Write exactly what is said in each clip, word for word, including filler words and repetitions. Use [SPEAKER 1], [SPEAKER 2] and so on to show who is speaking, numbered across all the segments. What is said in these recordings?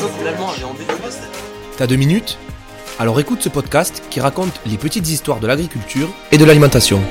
[SPEAKER 1] T'as deux minutes ? Alors écoute ce podcast qui raconte les petites histoires de l'agriculture et de l'alimentation.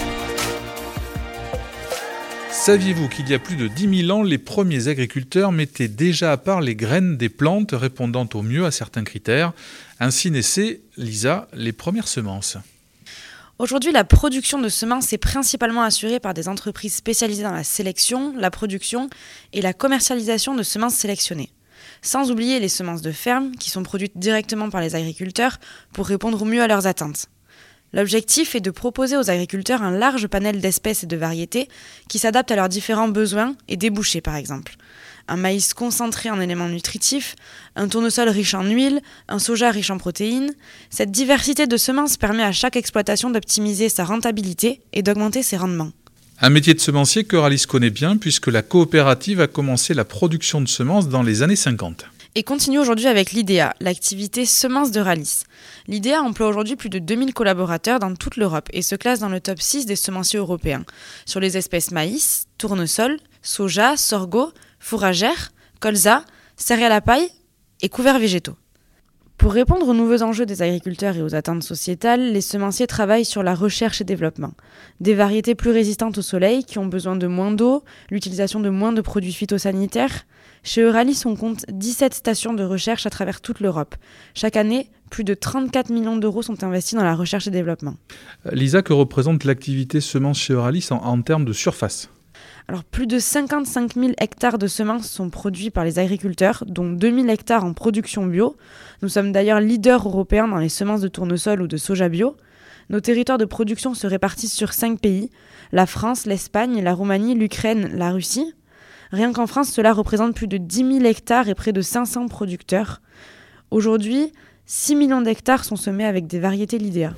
[SPEAKER 2] Saviez-vous qu'il y a plus de dix mille ans, les premiers agriculteurs mettaient déjà à part les graines des plantes répondant au mieux à certains critères ? Ainsi naissaient, Lisa, les premières semences.
[SPEAKER 3] Aujourd'hui, la production de semences est principalement assurée par des entreprises spécialisées dans la sélection, la production et la commercialisation de semences sélectionnées. Sans oublier les semences de ferme qui sont produites directement par les agriculteurs pour répondre au mieux à leurs attentes. L'objectif est de proposer aux agriculteurs un large panel d'espèces et de variétés qui s'adaptent à leurs différents besoins et débouchés par exemple. Un maïs concentré en éléments nutritifs, un tournesol riche en huile, un soja riche en protéines. Cette diversité de semences permet à chaque exploitation d'optimiser sa rentabilité et d'augmenter ses rendements.
[SPEAKER 2] Un métier de semencier qu'Euralis connaît bien puisque la coopérative a commencé la production de semences dans les années cinquante.
[SPEAKER 3] Et continue aujourd'hui avec l'I D A, l'activité semences d'Euralis. L'I D A emploie aujourd'hui plus de deux mille collaborateurs dans toute l'Europe et se classe dans le top six des semenciers européens, sur les espèces maïs, tournesol, soja, sorgho, fourragères, colza, céréales à paille et couverts végétaux. Pour répondre aux nouveaux enjeux des agriculteurs et aux attentes sociétales, les semenciers travaillent sur la recherche et développement. Des variétés plus résistantes au soleil, qui ont besoin de moins d'eau, l'utilisation de moins de produits phytosanitaires. Chez Euralis, on compte dix-sept stations de recherche à travers toute l'Europe. Chaque année, plus de trente-quatre millions d'euros sont investis dans la recherche et développement.
[SPEAKER 2] Lisa, que représente l'activité semences chez Euralis en, en termes de surface ?
[SPEAKER 3] Alors, plus de cinquante-cinq mille hectares de semences sont produits par les agriculteurs, dont deux mille hectares en production bio. Nous sommes d'ailleurs leaders européens dans les semences de tournesol ou de soja bio. Nos territoires de production se répartissent sur cinq pays, la France, l'Espagne, la Roumanie, l'Ukraine, la Russie. Rien qu'en France, cela représente plus de dix mille hectares et près de cinq cents producteurs. Aujourd'hui, six millions d'hectares sont semés avec des variétés L I D E A.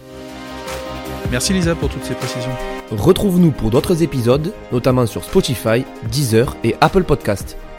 [SPEAKER 2] Merci Lisa pour toutes ces précisions.
[SPEAKER 1] Retrouve-nous pour d'autres épisodes, notamment sur Spotify, Deezer et Apple Podcasts.